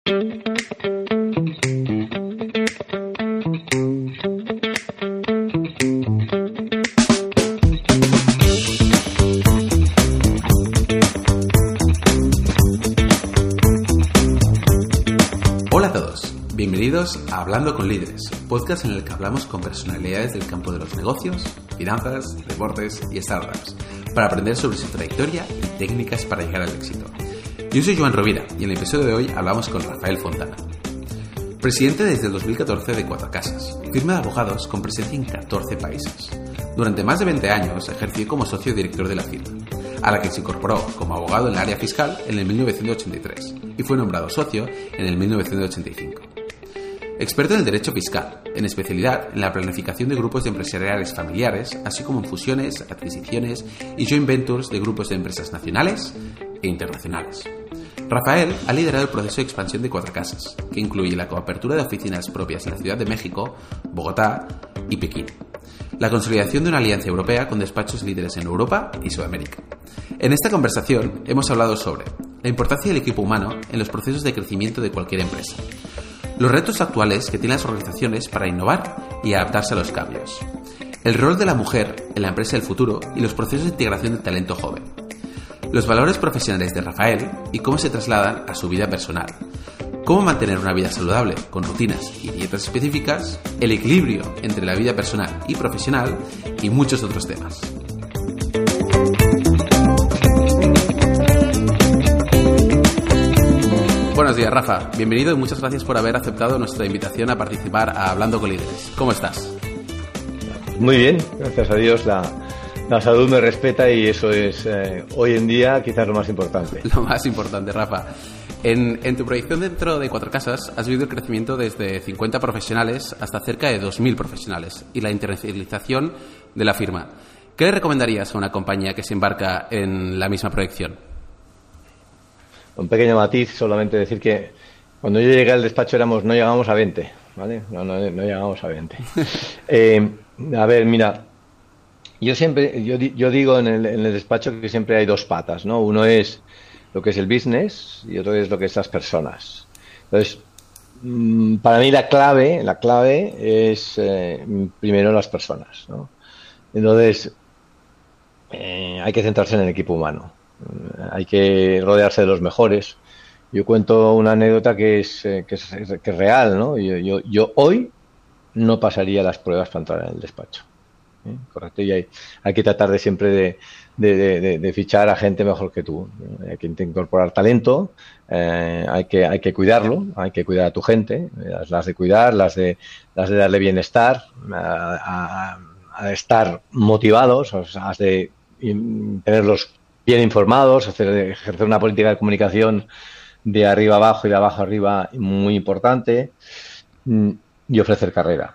Hola a todos, bienvenidos a Hablando con Líderes, podcast en el que hablamos con personalidades del campo de los negocios, finanzas, deportes y startups, para aprender sobre su trayectoria y técnicas para llegar al éxito. Yo soy Joan Rovira y en el episodio de hoy hablamos con Rafael Fontana. Presidente desde el 2014 de Cuatro Casas, firma de abogados con presencia en 14 países. Durante más de 20 años ejerció como socio director de la firma, a la que se incorporó como abogado en el área fiscal en el 1983 y fue nombrado socio en el 1985. Experto en el derecho fiscal, en especialidad en la planificación de grupos de empresariales familiares, así como en fusiones, adquisiciones y joint ventures de grupos de empresas nacionales e internacionales. Rafael ha liderado el proceso de expansión de Cuatro Casas, que incluye la coapertura de oficinas propias en la Ciudad de México, Bogotá y Pekín. La consolidación de una alianza europea con despachos líderes en Europa y Sudamérica. En esta conversación hemos hablado sobre la importancia del equipo humano en los procesos de crecimiento de cualquier empresa, los retos actuales que tienen las organizaciones para innovar y adaptarse a los cambios, el rol de la mujer en la empresa del futuro y los procesos de integración de talento joven, los valores profesionales de Rafael y cómo se trasladan a su vida personal, cómo mantener una vida saludable con rutinas y dietas específicas, el equilibrio entre la vida personal y profesional y muchos otros temas. Buenos días, Rafa. Bienvenido y muchas gracias por haber aceptado nuestra invitación a participar a Hablando con Líderes. ¿Cómo estás? Muy bien, gracias a Dios la salud me respeta y eso es hoy en día quizás lo más importante. Lo más importante, Rafa. En tu proyección dentro de Cuatro Casas has vivido el crecimiento desde 50 profesionales hasta cerca de 2.000 profesionales y la internacionalización de la firma. ¿Qué le recomendarías a una compañía que se embarca en la misma proyección? Un pequeño matiz, solamente decir que cuando yo llegué al despacho no llegábamos a 20, ¿vale? No llegábamos a 20. A ver, mira, yo digo en el despacho que siempre hay dos patas, ¿no? Uno es lo que es el business y otro es lo que es las personas. Entonces, para mí la clave es primero las personas, ¿no? Entonces, hay que centrarse en el equipo humano. Hay que rodearse de los mejores. Yo cuento una anécdota que es real, ¿no? Yo hoy no pasaría las pruebas para entrar en el despacho. Correcto, y hay que tratar de siempre de fichar a gente mejor que tú. Hay que incorporar talento, hay que cuidarlo, hay que cuidar a tu gente, las de cuidar, las de darle bienestar, a estar motivados, has de tenerlos bien informados, ejercer una política de comunicación de arriba abajo y de abajo arriba muy importante, y ofrecer carrera.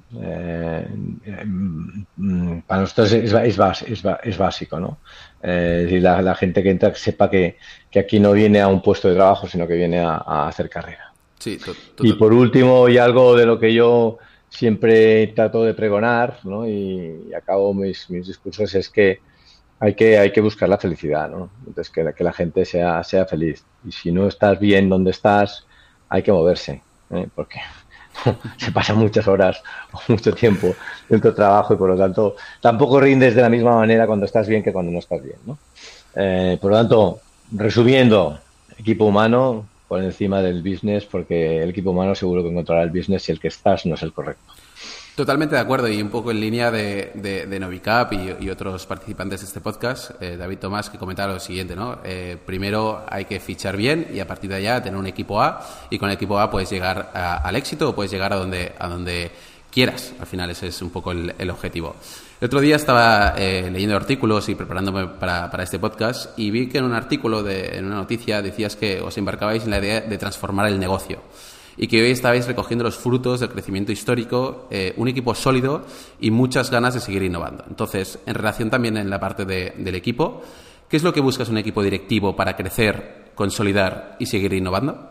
Para nosotros es básico, ¿no? La gente que entra que sepa que aquí no viene a un puesto de trabajo, sino que viene a hacer carrera. Sí, y por último, y algo de lo que yo siempre trato de pregonar, ¿no? y acabo mis discursos, es que hay que buscar la felicidad, ¿no? Entonces, que la gente sea feliz. Y si no estás bien donde estás, hay que moverse, porque se pasan muchas horas o mucho tiempo dentro del trabajo y por lo tanto tampoco rindes de la misma manera cuando estás bien que cuando no estás bien, ¿no? Por lo tanto, resumiendo, equipo humano por encima del business, porque el equipo humano seguro que encontrará el business si el que estás no es el correcto. Totalmente de acuerdo y un poco en línea de Novicap y otros participantes de este podcast, David Tomás, que comentaba lo siguiente, ¿no? Primero hay que fichar bien y a partir de allá tener un equipo A y con el equipo A puedes llegar al éxito o puedes llegar a donde quieras. Al final ese es un poco el objetivo. El otro día estaba leyendo artículos y preparándome para este podcast y vi que en un artículo, en una noticia, decías que os embarcabais en la idea de transformar el negocio y que hoy estabais recogiendo los frutos del crecimiento histórico, un equipo sólido y muchas ganas de seguir innovando. Entonces, en relación también en la parte del equipo, ¿qué es lo que buscas un equipo directivo para crecer, consolidar y seguir innovando?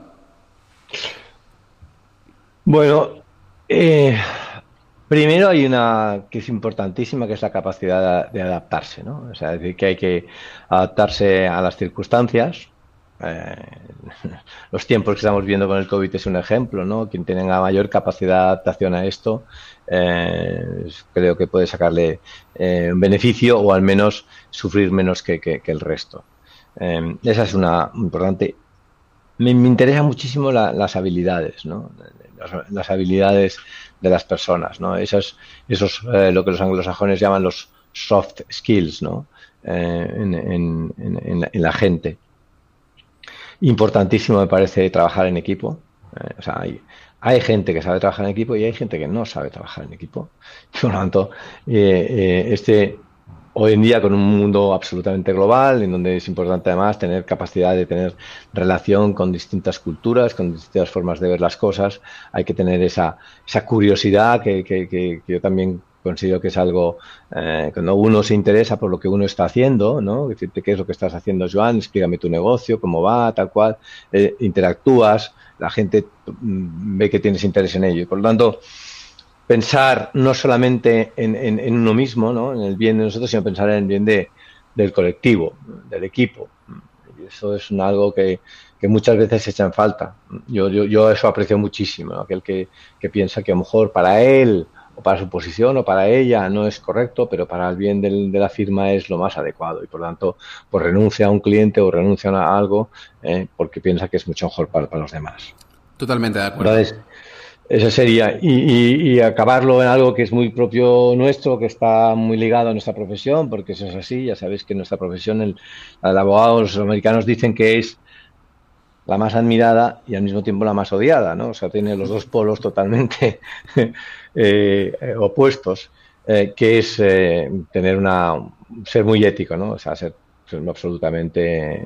Bueno, primero hay una que es importantísima, que es la capacidad de adaptarse, ¿no? O sea, es decir, que hay que adaptarse a las circunstancias, los tiempos que estamos viendo con el COVID es un ejemplo, ¿no? Quien tenga mayor capacidad de adaptación a esto, creo que puede sacarle un beneficio o al menos sufrir menos que el resto. Esa es una importante. Me interesa muchísimo las habilidades, ¿no? Las habilidades de las personas, ¿no? Esos lo que los anglosajones llaman los soft skills, ¿no? En la gente. Importantísimo me parece trabajar en equipo. O sea, hay gente que sabe trabajar en equipo y hay gente que no sabe trabajar en equipo. Por lo tanto, hoy en día, con un mundo absolutamente global, en donde es importante además tener capacidad de tener relación con distintas culturas, con distintas formas de ver las cosas, hay que tener esa curiosidad que yo también considero que es algo, cuando uno se interesa por lo que uno está haciendo, ¿no? Decirte qué es lo que estás haciendo, Joan, explícame tu negocio, cómo va, tal cual, interactúas, la gente ve que tienes interés en ello. Y por lo tanto, pensar no solamente en uno mismo, ¿no? En el bien de nosotros, sino pensar en el bien del colectivo, del equipo. Y eso es algo que muchas veces se echa en falta. Yo eso aprecio muchísimo, ¿no? Aquel que piensa que a lo mejor para él o para su posición o para ella no es correcto, pero para el bien de la firma es lo más adecuado y por lo tanto pues renuncia a un cliente o renuncia a algo porque piensa que es mucho mejor para los demás. Totalmente de acuerdo. Entonces, eso sería, y acabarlo en algo que es muy propio nuestro, que está muy ligado a nuestra profesión, porque eso es así, ya sabéis que nuestra profesión, el abogado, los americanos dicen que es la más admirada y al mismo tiempo la más odiada, ¿no? O sea, tiene los dos polos totalmente opuestos, que es tener ser muy ético, ¿no? O sea, ser absolutamente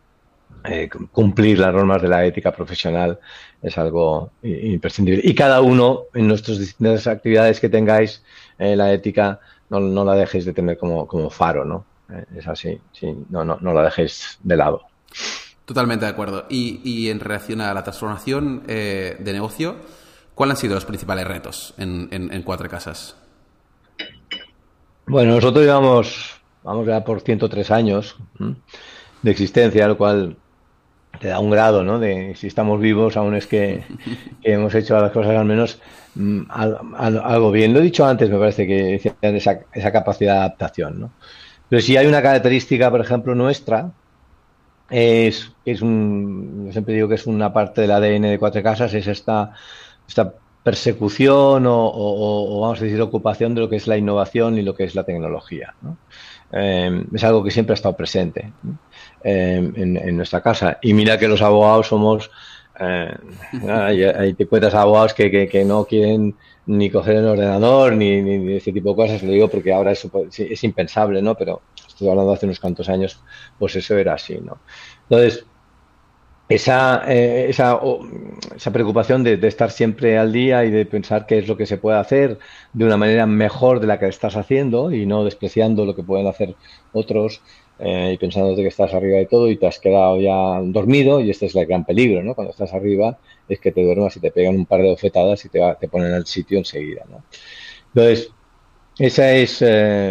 cumplir las normas de la ética profesional es algo imprescindible. Y cada uno en nuestras distintas actividades que tengáis, la ética no la dejéis de tener como faro, ¿no? Es así, sí, no la dejéis de lado. Totalmente de acuerdo. Y en relación a la transformación de negocio, ¿cuáles han sido los principales retos en Cuatro Casas? Bueno, nosotros vamos ya por 103 años de existencia, lo cual te da un grado, ¿no? De si estamos vivos, aún es que hemos hecho las cosas al menos algo bien. Lo he dicho antes, me parece que esa capacidad de adaptación, ¿no? Pero si hay una característica, por ejemplo, nuestra, yo siempre digo que es una parte del ADN de Cuatro Casas, es esta persecución o vamos a decir ocupación de lo que es la innovación y lo que es la tecnología, ¿no? Es algo que siempre ha estado presente, ¿no? En nuestra casa. Y mira que los abogados somos, ahí te encuentras abogados que no quieren ni coger el ordenador ni ese tipo de cosas. Lo digo porque ahora eso es impensable, ¿no? Pero estoy hablando de hace unos cuantos años, pues eso era así, ¿no? Entonces, esa preocupación de estar siempre al día y de pensar qué es lo que se puede hacer de una manera mejor de la que estás haciendo y no despreciando lo que pueden hacer otros y pensándote que estás arriba de todo y te has quedado ya dormido, y este es el gran peligro, ¿no? Cuando estás arriba es que te duermas y te pegan un par de bofetadas y te ponen al sitio enseguida, ¿no? Entonces, esa es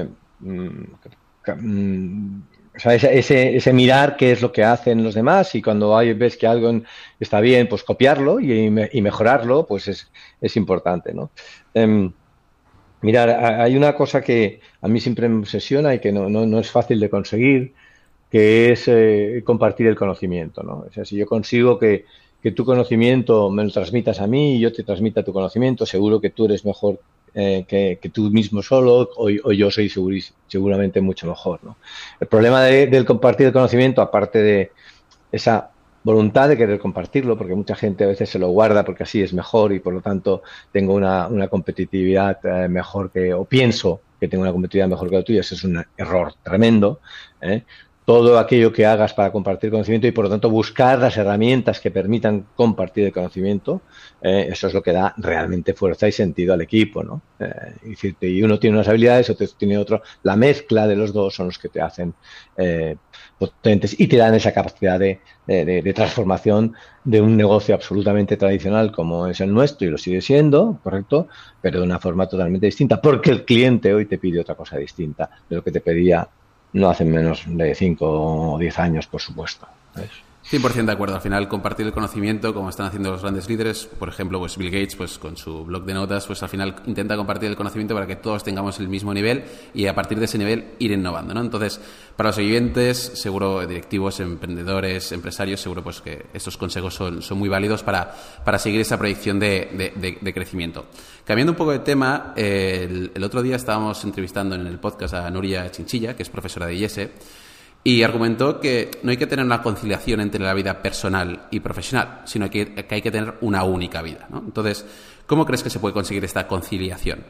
o sea, ese mirar qué es lo que hacen los demás, y cuando ves que algo está bien, pues copiarlo y mejorarlo, pues es importante, ¿no? Mirar, hay una cosa que a mí siempre me obsesiona y que no es fácil de conseguir, que es compartir el conocimiento, ¿no? O sea, si yo consigo que tu conocimiento me lo transmitas a mí y yo te transmita tu conocimiento, seguro que tú eres mejor que tú mismo solo, o yo soy seguramente mucho mejor, ¿no? El problema del compartir el conocimiento, aparte de esa voluntad de querer compartirlo, porque mucha gente a veces se lo guarda porque así es mejor y por lo tanto tengo una competitividad mejor o pienso que tengo una competitividad mejor que la tuya, eso es un error tremendo, ¿eh? Todo aquello que hagas para compartir conocimiento y por lo tanto buscar las herramientas que permitan compartir el conocimiento, eso es lo que da realmente fuerza y sentido al equipo, ¿no? Y uno tiene unas habilidades, otro tiene otro. La mezcla de los dos son los que te hacen potentes y te dan esa capacidad de transformación de un negocio absolutamente tradicional como es el nuestro, y lo sigue siendo, ¿correcto? Pero de una forma totalmente distinta, porque el cliente hoy te pide otra cosa distinta de lo que te pedía no hace menos de 5 o 10 años, por supuesto, ¿ves? 100% de acuerdo. Al final, compartir el conocimiento, como están haciendo los grandes líderes, por ejemplo, pues Bill Gates, pues con su blog de notas, pues al final intenta compartir el conocimiento para que todos tengamos el mismo nivel y a partir de ese nivel ir innovando, ¿no? Entonces, para los oyentes, seguro directivos, emprendedores, empresarios, seguro pues que estos consejos son muy válidos para seguir esa proyección de crecimiento. Cambiando un poco de tema, el otro día estábamos entrevistando en el podcast a Nuria Chinchilla, que es profesora de IES, y argumentó que no hay que tener una conciliación entre la vida personal y profesional, sino que hay que tener una única vida, ¿no? Entonces, ¿cómo crees que se puede conseguir esta conciliación?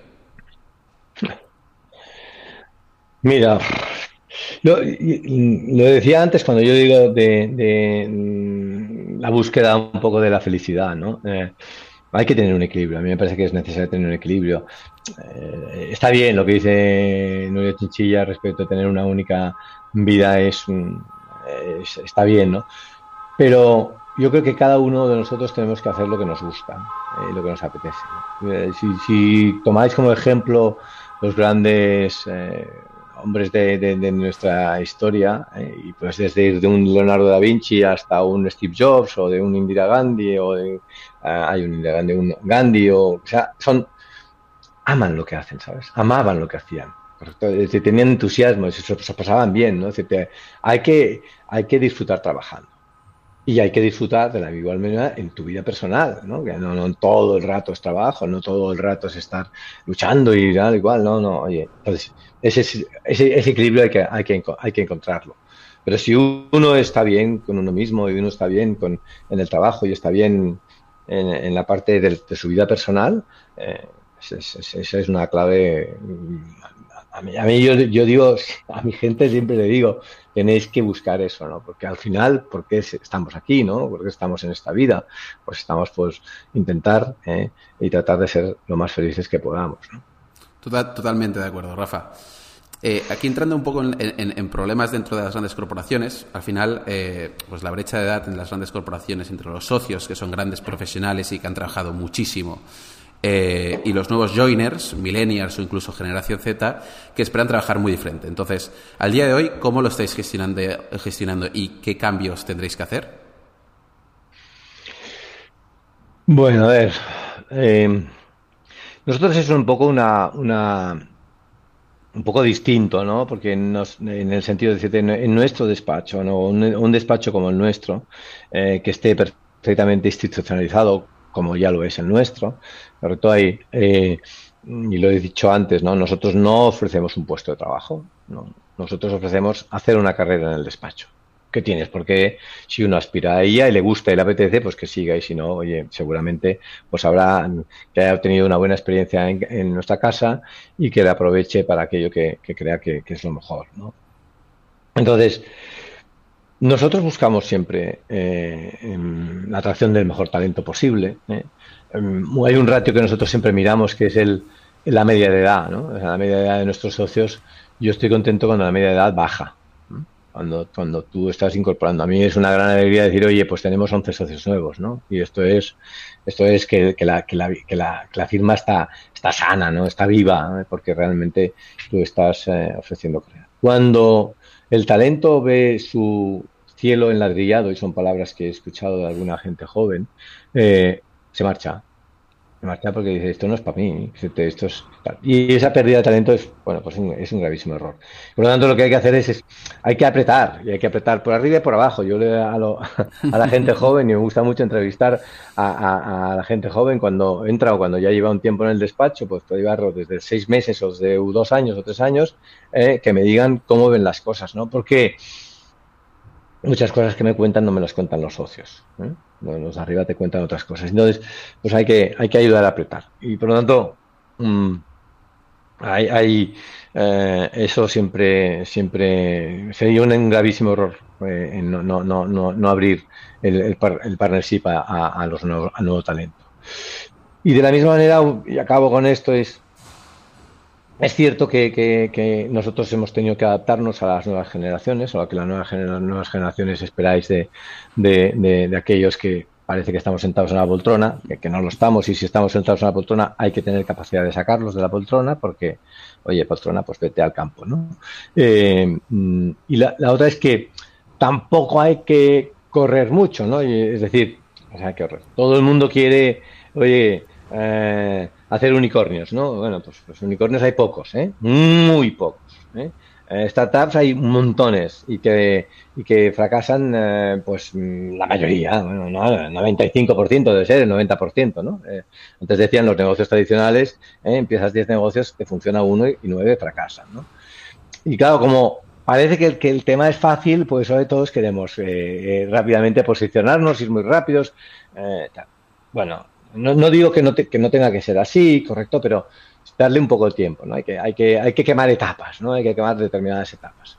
Mira, lo decía antes cuando yo digo de la búsqueda un poco de la felicidad, ¿no? Hay que tener un equilibrio. A mí me parece que es necesario tener un equilibrio. Está bien lo que dice Nuria Chinchilla respecto a tener una única vida, está bien, ¿no? Pero yo creo que cada uno de nosotros tenemos que hacer lo que nos gusta, lo que nos apetece, ¿no? Si tomáis como ejemplo los grandes hombres de nuestra historia, y pues desde ir de un Leonardo da Vinci hasta un Steve Jobs o de un Indira Gandhi o de hay un Indira Gandhi, un Gandhi, o sea, aman lo que hacen, ¿sabes? Amaban lo que hacían. Tenían entusiasmo, se pasaban bien, ¿no? Hay que disfrutar trabajando. Y hay que disfrutar de la igual manera en tu vida personal, ¿no? Que no todo el rato es trabajo, no todo el rato es estar luchando y tal, igual, no. Oye, entonces, ese equilibrio hay que encontrarlo. Pero si uno está bien con uno mismo y uno está bien en el trabajo y está bien en la parte de su vida personal, esa es una clave. A mí yo digo, a mi gente siempre le digo, tenéis que buscar eso, ¿no? Porque al final, ¿por qué estamos aquí, no? ¿Por qué estamos en esta vida? Pues estamos, pues, intentar y tratar de ser lo más felices que podamos, ¿no? Totalmente de acuerdo, Rafa. Aquí entrando un poco en problemas dentro de las grandes corporaciones, al final, pues la brecha de edad en las grandes corporaciones entre los socios, que son grandes profesionales y que han trabajado muchísimo, y los nuevos joiners, millennials o incluso generación Z, que esperan trabajar muy diferente. Entonces, al día de hoy, ¿cómo lo estáis gestionando y qué cambios tendréis que hacer? Bueno, a ver, nosotros es un poco un poco distinto, ¿no? Porque en el sentido de decirte, en nuestro despacho, ¿no? Un despacho como el nuestro, que esté perfectamente institucionalizado, como ya lo es el nuestro, sobre todo ahí, y lo he dicho antes, ¿no? Nosotros no ofrecemos un puesto de trabajo, ¿no? Nosotros ofrecemos hacer una carrera en el despacho. ¿Qué tienes? Porque si uno aspira a ella y le gusta y le apetece, pues que siga, y si no, oye, seguramente pues habrá que haya tenido una buena experiencia en nuestra casa y que le aproveche para aquello que crea que es lo mejor, ¿no? Entonces, nosotros buscamos siempre la atracción del mejor talento posible. Hay un ratio que nosotros siempre miramos, que es la media de edad, ¿no? O sea, la media de edad de nuestros socios. Yo estoy contento cuando la media de edad baja, ¿no? Cuando tú estás incorporando. A mí es una gran alegría decir, oye, pues tenemos 11 socios nuevos, ¿no? Y esto es que la firma está sana, ¿no? Está viva, ¿no? Porque realmente tú estás ofreciendo crear. Cuando el talento ve su cielo enladrillado, y son palabras que he escuchado de alguna gente joven, se marcha. Se marcha porque dice, esto no es para mí, esto es tal. Y esa pérdida de talento es un gravísimo error. Por lo tanto, lo que hay que hacer hay que apretar, y hay que apretar por arriba y por abajo. Yo a la gente joven, y me gusta mucho entrevistar a la gente joven cuando entra o cuando ya lleva un tiempo en el despacho, pues puede llevarlo desde 6 meses o de 2 años o 3 años, que me digan cómo ven las cosas, ¿no? Porque muchas cosas que me cuentan no me las cuentan los socios, ¿eh? Los de arriba te cuentan otras cosas. Entonces, pues hay que ayudar a apretar. Y por lo tanto, eso siempre sería un gravísimo error, no abrir el partnership al nuevo talento. Y de la misma manera, y acabo con esto, es cierto que nosotros hemos tenido que adaptarnos a las nuevas generaciones, o a lo que las nuevas generaciones esperáis de aquellos que parece que estamos sentados en la poltrona, que no lo estamos, y si estamos sentados en la poltrona hay que tener capacidad de sacarlos de la poltrona, porque, oye, poltrona, pues vete al campo, ¿no? Y la otra es que tampoco hay que correr mucho, ¿no? Y, es decir, o sea, correr. Todo el mundo quiere, oye, hacer unicornios, ¿no? Bueno, pues unicornios hay pocos, ¿eh? Muy pocos, ¿eh? Startups hay montones y que fracasan, pues la mayoría, bueno, no, el 95% debe ser, el 90%, ¿no? Antes decían los negocios tradicionales, empiezas 10 negocios, te funciona uno y 9 fracasan, ¿no? Y claro, como parece que el tema es fácil, pues sobre todos queremos rápidamente posicionarnos, ir muy rápidos. Tal. Bueno, no digo que no tenga que ser así, correcto, pero darle un poco de tiempo, ¿no? Hay que quemar etapas, ¿no? Hay que quemar determinadas etapas.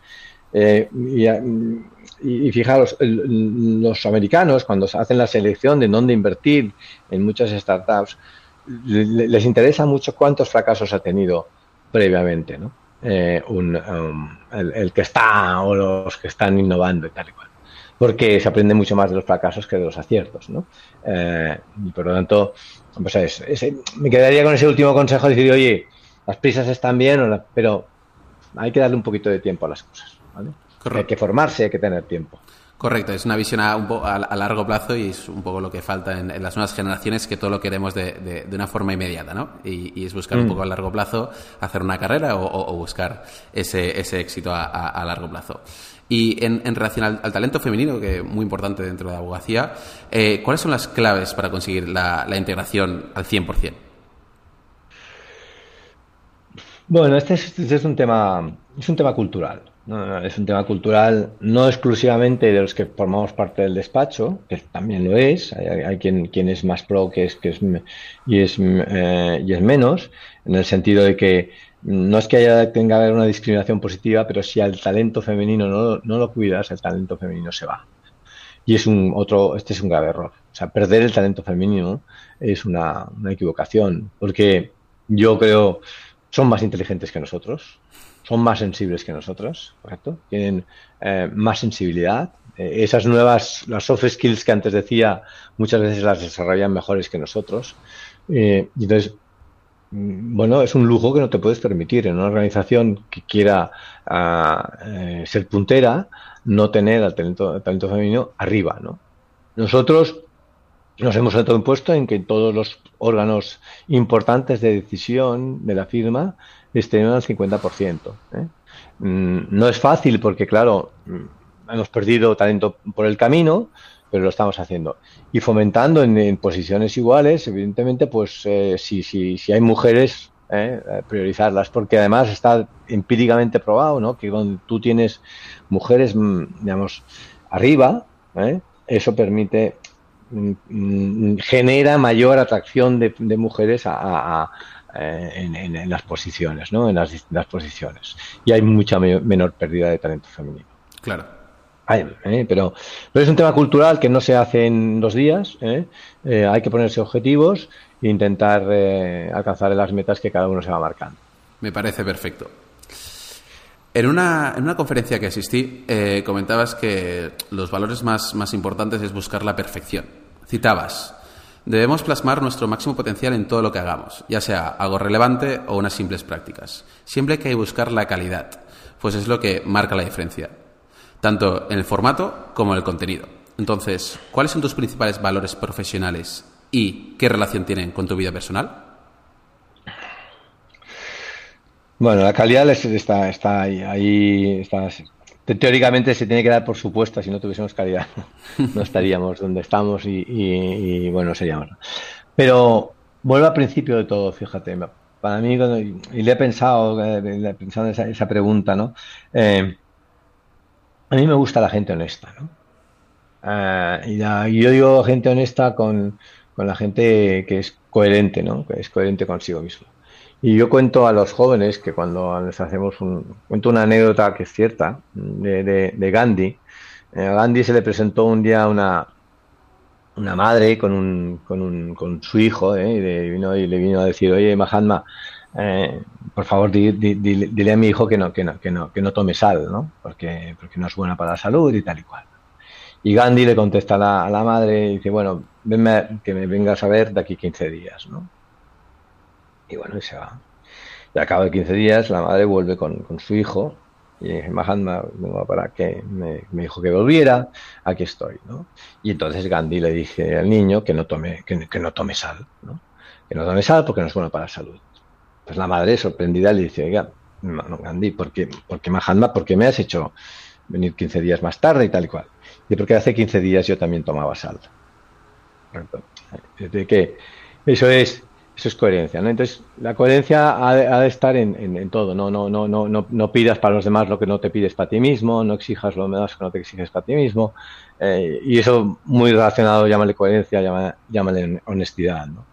Y fijaros, los americanos, cuando hacen la selección de dónde invertir en muchas startups, les interesa mucho cuántos fracasos ha tenido previamente, ¿no? El que está o los que están innovando y tal y cual. Porque se aprende mucho más de los fracasos que de los aciertos, ¿no? Y por lo tanto, pues me quedaría con ese último consejo de decir, oye, las prisas están bien, pero hay que darle un poquito de tiempo a las cosas, ¿vale? Hay que formarse, hay que tener tiempo. Correcto, es una visión a largo plazo y es un poco lo que falta en las nuevas generaciones, que todo lo queremos de una forma inmediata, ¿no? Y es buscar un poco a largo plazo, hacer una carrera o buscar ese éxito a largo plazo. Y en relación al talento femenino, que es muy importante dentro de la abogacía, ¿cuáles son las claves para conseguir la integración al 100%? Bueno, este es un tema cultural, ¿no? Es un tema cultural no exclusivamente de los que formamos parte del despacho, que también lo es. Hay quien es más pro y es menos, en el sentido de que no es que tenga que haber una discriminación positiva, pero si al talento femenino no lo cuidas, el talento femenino se va. Y este es un grave error. O sea, perder el talento femenino es una equivocación, porque yo creo son más inteligentes que nosotros, son más sensibles que nosotros, ¿correcto? Tienen más sensibilidad. Las soft skills que antes decía, muchas veces las desarrollan mejores que nosotros. Y entonces, bueno, es un lujo que no te puedes permitir en una organización que quiera ser puntera, no tener el talento femenino arriba, ¿no? Nosotros nos hemos autoimpuesto en que todos los órganos importantes de decisión de la firma estén al 50%. No es fácil porque, claro, hemos perdido talento por el camino, pero lo estamos haciendo. Y fomentando en posiciones iguales, evidentemente, pues si hay mujeres, priorizarlas, porque además está empíricamente probado, ¿no? Que cuando tú tienes mujeres, digamos, arriba, eso permite genera mayor atracción de mujeres en las posiciones, ¿no? En las distintas posiciones. Y hay mucha menor pérdida de talento femenino. Claro. Pero es un tema cultural que no se hace en 2 días. Hay que ponerse objetivos e intentar alcanzar las metas que cada uno se va marcando. Me parece perfecto. En una conferencia que asistí, comentabas que los valores más importantes es buscar la perfección. Citabas: debemos plasmar nuestro máximo potencial en todo lo que hagamos, ya sea algo relevante o unas simples prácticas. Siempre hay que buscar la calidad, pues es lo que marca la diferencia, tanto en el formato como en el contenido. Entonces, ¿cuáles son tus principales valores profesionales y qué relación tienen con tu vida personal? Bueno, la calidad está ahí está. Teóricamente se tiene que dar por supuesto, si no tuviésemos calidad no estaríamos donde estamos y bueno, seríamos. Pero vuelvo al principio de todo, fíjate, para mí, y le he pensado en esa pregunta, ¿no? A mí me gusta la gente honesta, ¿no? Y yo digo gente honesta con la gente que es coherente, ¿no? Que es coherente consigo mismo. Y yo cuento a los jóvenes que cuando les cuento una anécdota que es cierta de Gandhi. A Gandhi se le presentó un día una madre con su hijo, y le vino a decir: oye, Mahatma, por favor, dile a mi hijo que no tome sal, ¿no? Porque no es buena para la salud y tal y cual. Y Gandhi le contesta a la madre y dice: bueno, que me vengas a ver de aquí 15 días, ¿no? Y bueno, y se va. Y al cabo de 15 días la madre vuelve con su hijo Y dije, Mahatma, vengo para que me dijo que volviera, aquí estoy, ¿no? Y entonces Gandhi le dije al niño que no tome, que no tome sal, ¿no? Que no tome sal porque no es bueno para la salud. Pues la madre, sorprendida, le dice, oiga, no, Gandhi, ¿por qué Mahatma? ¿Por qué me has hecho venir 15 días más tarde y tal y cual? Y porque hace 15 días yo también tomaba sal. De que eso es coherencia, ¿no? Entonces, la coherencia ha de estar en todo. No pidas para los demás lo que no te pides para ti mismo, no exijas lo demás que no te exiges para ti mismo. Y eso muy relacionado, llámale coherencia, llámale honestidad, ¿no?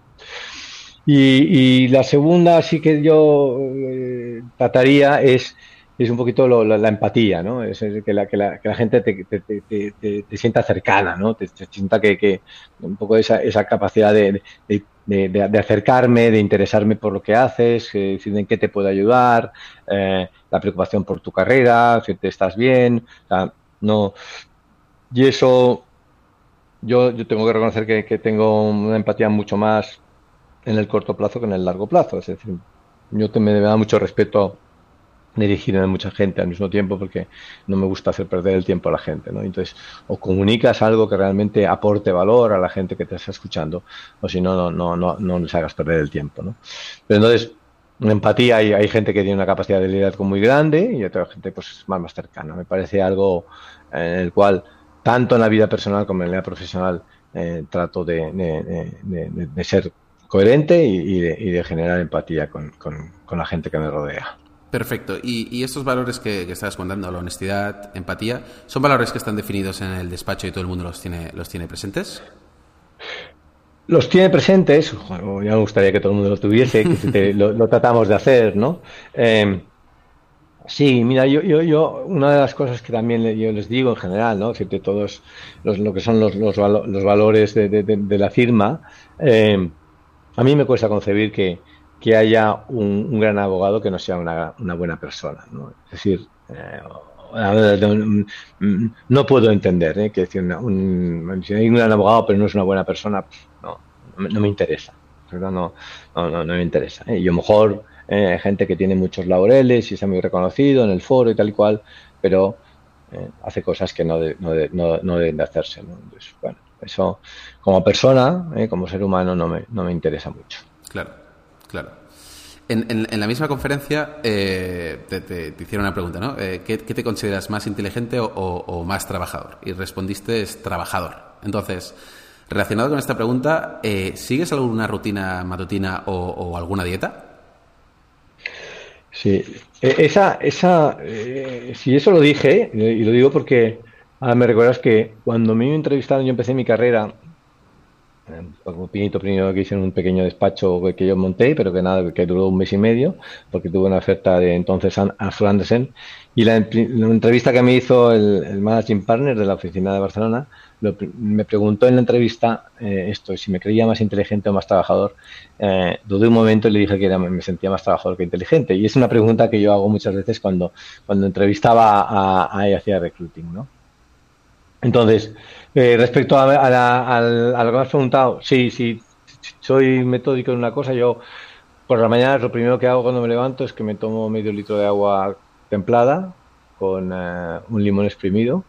Y la segunda sí que yo trataría es un poquito la empatía, ¿no? Es que la gente te sienta cercana, ¿no? Te sienta que un poco esa capacidad de acercarme, de interesarme por lo que haces, decir en qué te puedo ayudar, la preocupación por tu carrera, si te estás bien, o sea, no. Y eso yo tengo que reconocer que tengo una empatía mucho más en el corto plazo que en el largo plazo. Es decir, me da mucho respeto dirigirme a mucha gente al mismo tiempo porque no me gusta hacer perder el tiempo a la gente, ¿no? Entonces, o comunicas algo que realmente aporte valor a la gente que te está escuchando, o si no les hagas perder el tiempo, ¿no? Pero entonces, en empatía hay gente que tiene una capacidad de liderazgo muy grande y otra gente pues más cercana. Me parece algo en el cual, tanto en la vida personal como en la vida profesional, trato de ser coherente y de generar empatía con la gente que me rodea. Perfecto. Y estos valores que estabas contando, la honestidad, empatía, ¿son valores que están definidos en el despacho y todo el mundo los tiene presentes? Los tiene presentes, ya me gustaría que todo el mundo lo tuviese, que lo tratamos de hacer, ¿no? Sí, mira, yo una de las cosas que también yo les digo en general, ¿no? De todos lo que son los valores de la firma, a mí me cuesta concebir que haya un gran abogado que no sea una buena persona, ¿no? Es decir, no puedo entender que si hay un gran abogado pero no es una buena persona, no me interesa, ¿verdad? No me interesa. Y a lo mejor gente que tiene muchos laureles y está muy reconocido en el foro y tal y cual, pero hace cosas que no deben de hacerse, ¿no? Entonces, bueno, eso como persona, como ser humano, no me interesa mucho. Claro. En la misma conferencia te hicieron una pregunta, ¿no? ¿Qué te consideras, más inteligente o más trabajador? Y respondiste es trabajador. Entonces, relacionado con esta pregunta, ¿sigues alguna rutina matutina o alguna dieta? Sí, sí, eso lo dije y lo digo porque me recuerdas que cuando me entrevistaron, yo empecé mi carrera como Pinito primero, que hice en un pequeño despacho que yo monté, pero que duró un mes y medio, porque tuve una oferta de entonces Arthur Andersen, y la entrevista que me hizo el managing partner de la oficina de Barcelona, me preguntó en la entrevista si me creía más inteligente o más trabajador. Dudé un momento y le dije que me sentía más trabajador que inteligente, y es una pregunta que yo hago muchas veces cuando entrevistaba a hacía recruiting, ¿no? Entonces, respecto a lo que me has preguntado, sí, soy metódico en una cosa. Yo por la mañana lo primero que hago cuando me levanto es que me tomo medio litro de agua templada con un limón exprimido.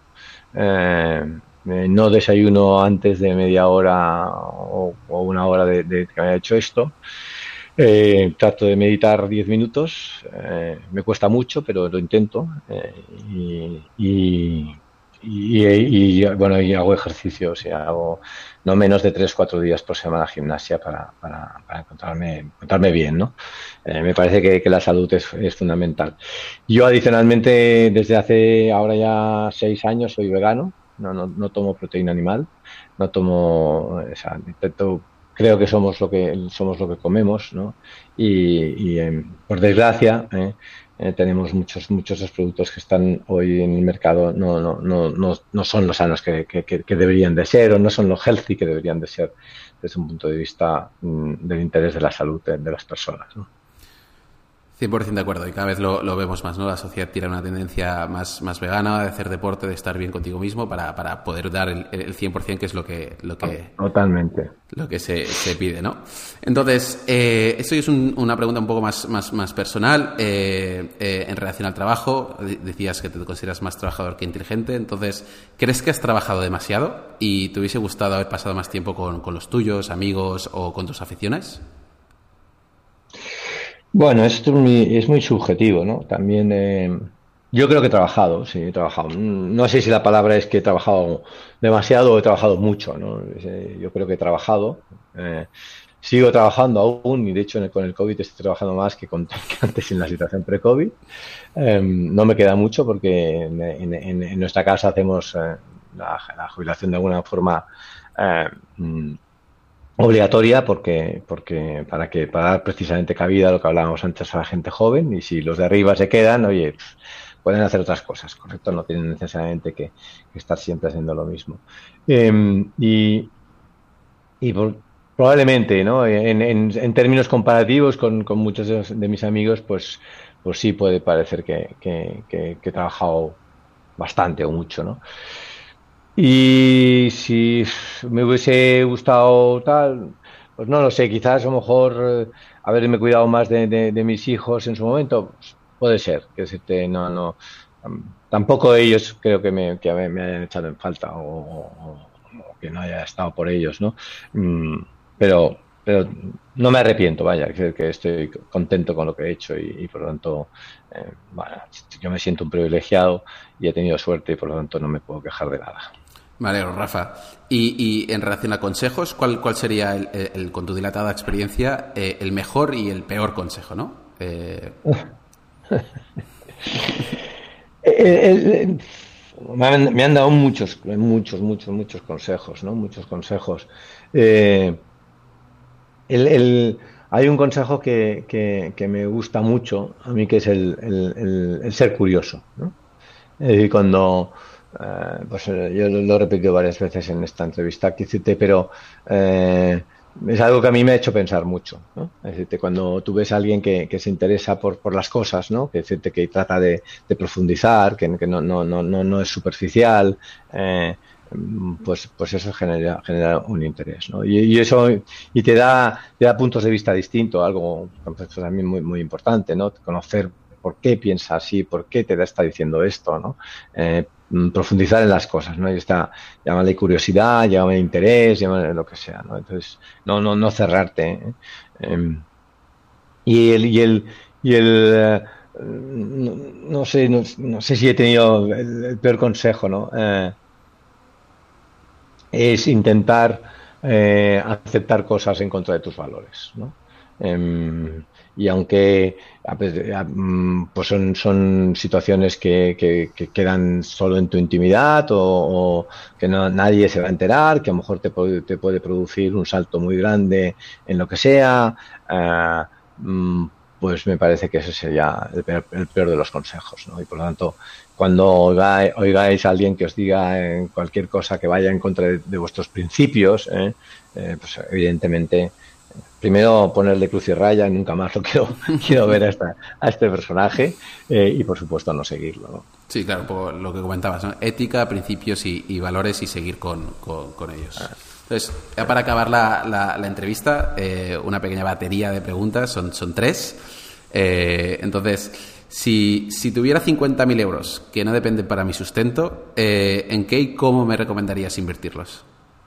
No desayuno antes de media hora o una hora de que haya hecho esto. Trato de meditar 10 minutos. Me cuesta mucho, pero lo intento. Y bueno, y hago ejercicio, o sea, hago no menos de 3-4 días por semana gimnasia para encontrarme bien, ¿no? Me parece que la salud es fundamental. Yo adicionalmente, desde hace ahora ya 6 años soy vegano, no tomo proteína animal, no tomo, o sea, creo que somos lo que comemos, ¿no? Y por desgracia, tenemos muchos de los productos que están hoy en el mercado no son los sanos que deberían de ser, o no son los healthy que deberían de ser desde un punto de vista del interés de la salud de las personas, ¿no? 100% de acuerdo, y cada vez lo vemos más, ¿no? La sociedad tira una tendencia más vegana, de hacer deporte, de estar bien contigo mismo para poder dar el 100%, que es lo que totalmente lo que se pide, ¿no? Entonces, esto es una pregunta un poco más personal en relación al trabajo. Decías que te consideras más trabajador que inteligente. Entonces, ¿crees que has trabajado demasiado y te hubiese gustado haber pasado más tiempo con los tuyos, amigos o con tus aficiones? Bueno, esto es muy subjetivo, ¿no? También yo creo que he trabajado, sí, he trabajado. No sé si la palabra es que he trabajado demasiado o he trabajado mucho, ¿no? Yo creo que he trabajado. eh, Sigo trabajando aún y de hecho con el COVID estoy trabajando más que antes en la situación pre-COVID. No me queda mucho porque en nuestra casa hacemos la jubilación de alguna forma eh, mm, obligatoria porque para dar precisamente cabida a lo que hablábamos antes a la gente joven, y si los de arriba se quedan, oye, pueden hacer otras cosas, ¿correcto? No tienen necesariamente que estar siempre haciendo lo mismo. Y probablemente, ¿no? En términos comparativos con muchos de mis amigos, pues sí puede parecer que he trabajado bastante o mucho, ¿no? Y si me hubiese gustado tal, pues no lo sé, quizás a lo mejor haberme cuidado más de mis hijos en su momento, pues puede ser, que decirte, tampoco ellos creo que me hayan echado en falta o que no haya estado por ellos, ¿no? Mm, pero no me arrepiento, vaya, que estoy contento con lo que he hecho y por lo tanto, bueno, yo me siento un privilegiado y he tenido suerte y por lo tanto no me puedo quejar de nada. Vale, Rafa. Y en relación a consejos, ¿cuál sería, con tu dilatada experiencia, el mejor y el peor consejo, ¿no? Me han dado muchos consejos, ¿no? Muchos consejos. Eh, Hay un consejo que me gusta mucho a mí, que es el ser curioso, ¿no? Cuando, yo lo he repetido varias veces en esta entrevista, que decirte, pero es algo que a mí me ha hecho pensar mucho, ¿no? Es decirte, cuando tú ves a alguien que se interesa por las cosas, ¿no? Que decirte, que trata de profundizar, que no es superficial, pues eso genera un interés, ¿no? Y eso y te da puntos de vista distintos, algo también muy importante, ¿no? Conocer por qué piensa así, por qué te está diciendo esto, ¿no? Profundizar en las cosas, ¿no? Y llámale curiosidad, llámale interés, llámale lo que sea, ¿no? Entonces, no cerrarte, ¿eh? No sé si he tenido el peor consejo, ¿no? Es intentar aceptar cosas en contra de tus valores, ¿no? Y aunque pues son situaciones que quedan solo en tu intimidad o que nadie se va a enterar, que a lo mejor te puede producir un salto muy grande en lo que sea, pues me parece que ese sería el peor de los consejos, ¿no? Y por lo tanto, cuando oigáis a alguien que os diga cualquier cosa que vaya en contra de vuestros principios, pues evidentemente, primero ponerle cruz y raya, nunca más quiero ver a este personaje, y por supuesto no seguirlo, ¿no? Sí, claro, un poco lo que comentabas, ¿no? Ética, principios y valores, y seguir con ellos. Entonces, ya para acabar la entrevista, una pequeña batería de preguntas, son 3. Entonces, si tuviera 50.000 euros que no dependen para mi sustento, ¿en qué y cómo me recomendarías invertirlos?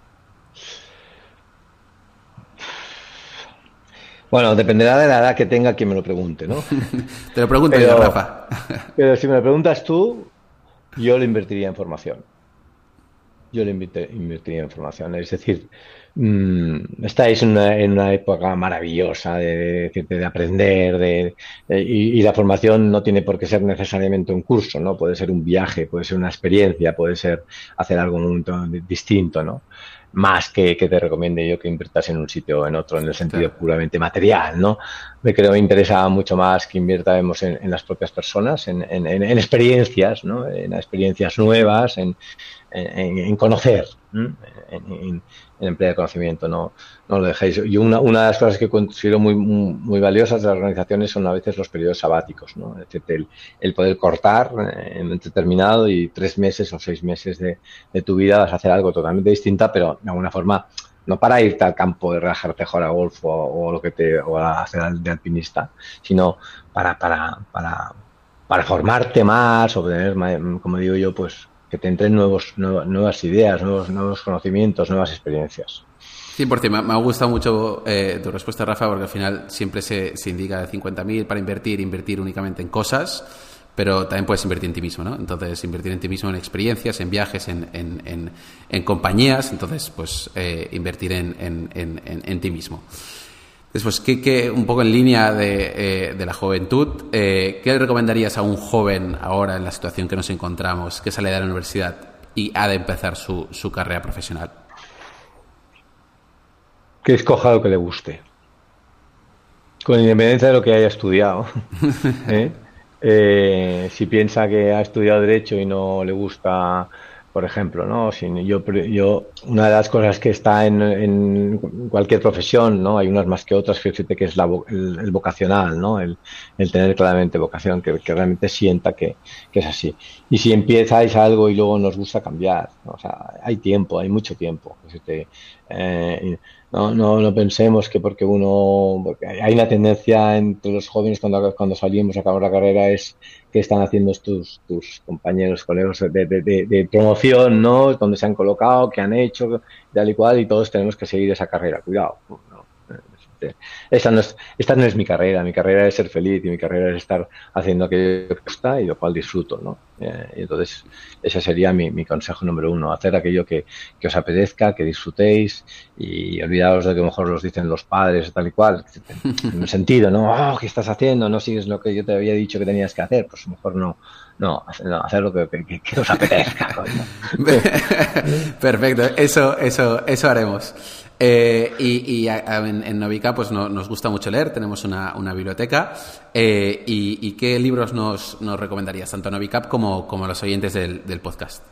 Bueno, dependerá de la edad que tenga quien me lo pregunte, ¿no? Te lo pregunto yo, Rafa. Pero si me lo preguntas tú, yo lo invertiría en formación. Yo le invertiría en formación. Es decir, estáis en una época maravillosa de aprender, y la formación no tiene por qué ser necesariamente un curso, ¿no? Puede ser un viaje, puede ser una experiencia, puede ser hacer algo muy distinto, ¿no? Más que te recomiende yo que inviertas en un sitio o en otro, en el sentido puramente material, ¿no? Me interesa mucho más que invirtamos en las propias personas, en experiencias, ¿no? En experiencias nuevas, en conocer, en en empleo de conocimiento, no lo dejéis. Y una de las cosas que considero muy valiosas de las organizaciones son a veces los periodos sabáticos, ¿no? Es decir, el poder cortar en un determinado y 3 meses o 6 meses de tu vida vas a hacer algo totalmente distinta, pero de alguna forma no para irte al campo de relajarte a jugar a golf o a hacer de alpinista, sino para formarte más, obtener, como digo yo, pues que te entren nuevas ideas, nuevos conocimientos, nuevas experiencias. 100%. Me ha gustado mucho tu respuesta, Rafa, porque al final siempre se indica de 50.000 para invertir únicamente en cosas, pero también puedes invertir en ti mismo, ¿no? Entonces, invertir en ti mismo en experiencias, en viajes, en compañías, entonces, pues, invertir en ti mismo. Después, un poco en línea de la juventud, ¿qué le recomendarías a un joven ahora en la situación que nos encontramos, que sale de la universidad y ha de empezar su carrera profesional? Que escoja lo que le guste, con independencia de lo que haya estudiado. Si piensa que ha estudiado Derecho y no le gusta, por ejemplo, ¿no? Yo una de las cosas que está en cualquier profesión, ¿no? Hay unas más que otras, que es el vocacional, ¿no? El tener claramente vocación, que realmente sienta que es así. Y si empiezais algo y luego nos gusta cambiar, ¿no? O sea, hay tiempo, hay mucho tiempo. No pensemos que porque hay una tendencia entre los jóvenes cuando salimos, acabamos la carrera, es que están haciendo tus compañeros, colegas de promoción, ¿no? Donde se han colocado, qué han hecho, tal y cual, y todos tenemos que seguir esa carrera. Cuidado, ¿no? Esta no es mi carrera es ser feliz, y mi carrera es estar haciendo aquello que me gusta y lo cual disfruto, ¿no? Y entonces ese sería mi consejo número 1, hacer aquello que os apetezca, que disfrutéis, y olvidaros de que a lo mejor los dicen los padres tal y cual, en el sentido, ¿no? ¿Qué estás haciendo? No sigues lo que yo te había dicho que tenías que hacer, pues mejor no, hacer lo que os apetezca, coño. Perfecto, eso haremos. En Novicap pues nos gusta mucho leer, tenemos una biblioteca. ¿Y qué libros nos recomendarías, tanto a Novicap como a los oyentes del podcast?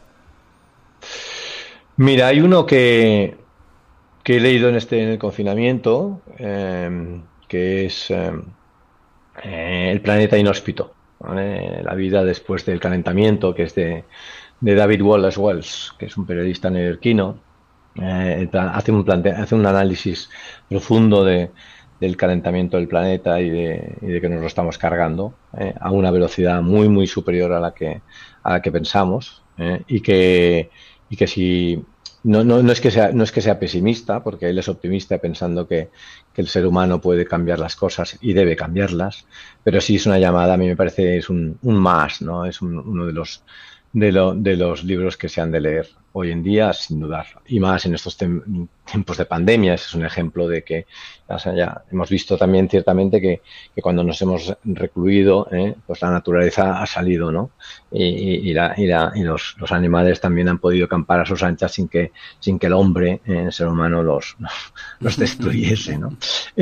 Mira, hay uno que he leído en el confinamiento, que es El planeta inhóspito, ¿vale? La vida después del calentamiento, que es de David Wallace Wells, que es un periodista neoyorquino. Hace un análisis profundo del calentamiento del planeta y de que nos lo estamos cargando a una velocidad muy muy superior a la que pensamos, y que si no es que sea pesimista, porque él es optimista pensando que el ser humano puede cambiar las cosas y debe cambiarlas, pero sí es una llamada, a mí me parece, es un más, ¿no? Es uno de los libros que se han de leer hoy en día, sin dudar, y más en estos tiempos de pandemia. Ese es un ejemplo de que, o sea, ya hemos visto también ciertamente que cuando nos hemos recluido, pues la naturaleza ha salido, ¿no? Y los animales también han podido campar a sus anchas sin que el hombre, el ser humano, los destruyese, ¿no?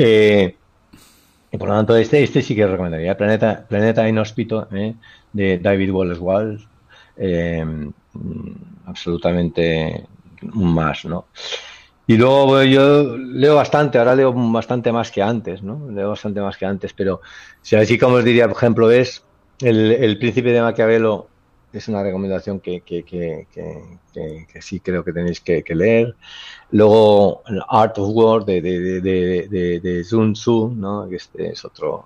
Y por lo tanto, este sí que recomendaría, Planeta Inhóspito, de David Wallace Wells. Absolutamente un más, ¿no? Y luego yo leo bastante, ahora leo bastante más que antes, ¿no? Leo bastante más que antes, pero si así como os diría, por ejemplo, es el Príncipe de Maquiavelo, es una recomendación que sí creo que tenéis que leer. Luego el Art of War de Sun Tzu, ¿no? Que este es otro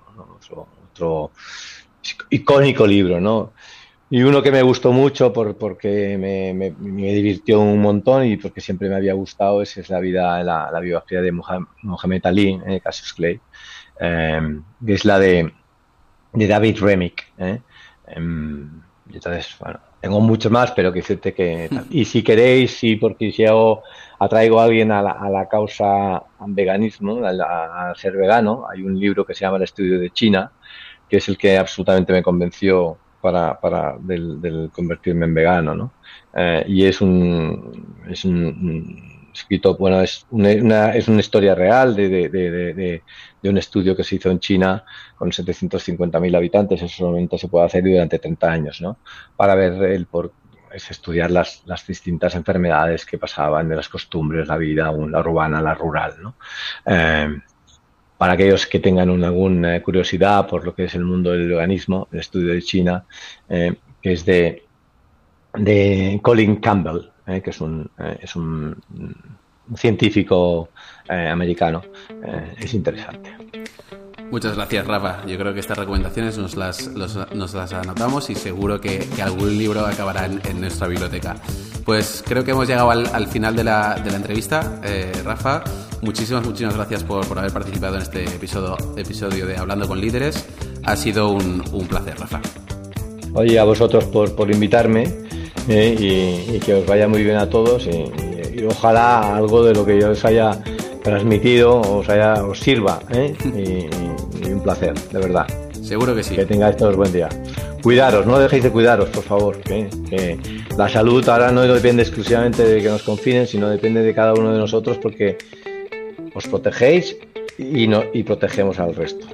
icónico libro, ¿no? Y uno que me gustó mucho porque me divirtió un montón y porque siempre me había gustado es la biografía de Mohamed Ali, Cassius Clay, que es la de David Remnick. Entonces, bueno, tengo muchos más, pero que decirte que... Y si queréis, porque si atraigo a alguien a la causa veganismo, a ser vegano, hay un libro que se llama El estudio de China, que es el que absolutamente me convenció del convertirme en vegano, ¿no? Y es un escrito, bueno, es una historia real de un estudio que se hizo en China con 750.000 habitantes. Eso solamente se puede hacer durante 30 años, ¿no? Para ver es estudiar las distintas enfermedades que pasaban, de las costumbres, la vida, la urbana, la rural, ¿no? Para aquellos que tengan alguna curiosidad por lo que es el mundo del veganismo, el estudio de China, que es de Colin Campbell, que es un científico americano, es interesante. Muchas gracias, Rafa. Yo creo que estas recomendaciones nos las anotamos y seguro que algún libro acabará en nuestra biblioteca. Pues creo que hemos llegado al final de la entrevista. Rafa, muchísimas gracias por haber participado en este episodio de Hablando con Líderes. Ha sido un placer, Rafa. Oye, a vosotros por invitarme, y que os vaya muy bien a todos y ojalá algo de lo que yo os haya transmitido os sirva, y un placer, de verdad. Seguro que sí. Que tengáis todos buen día. Cuidaros, no dejéis de cuidaros, por favor. Que la salud ahora no depende exclusivamente de que nos confinen, sino depende de cada uno de nosotros, porque os protegéis y protegemos al resto.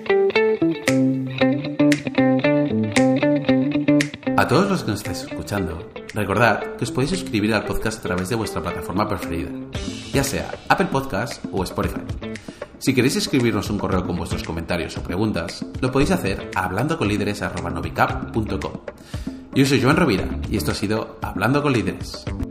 A todos los que nos estáis escuchando, recordad que os podéis suscribir al podcast a través de vuestra plataforma preferida, ya sea Apple Podcast o Spotify. Si queréis escribirnos un correo con vuestros comentarios o preguntas, lo podéis hacer a hablandoconlideres@novicap.com. Yo soy Joan Rovira y esto ha sido Hablando con Líderes.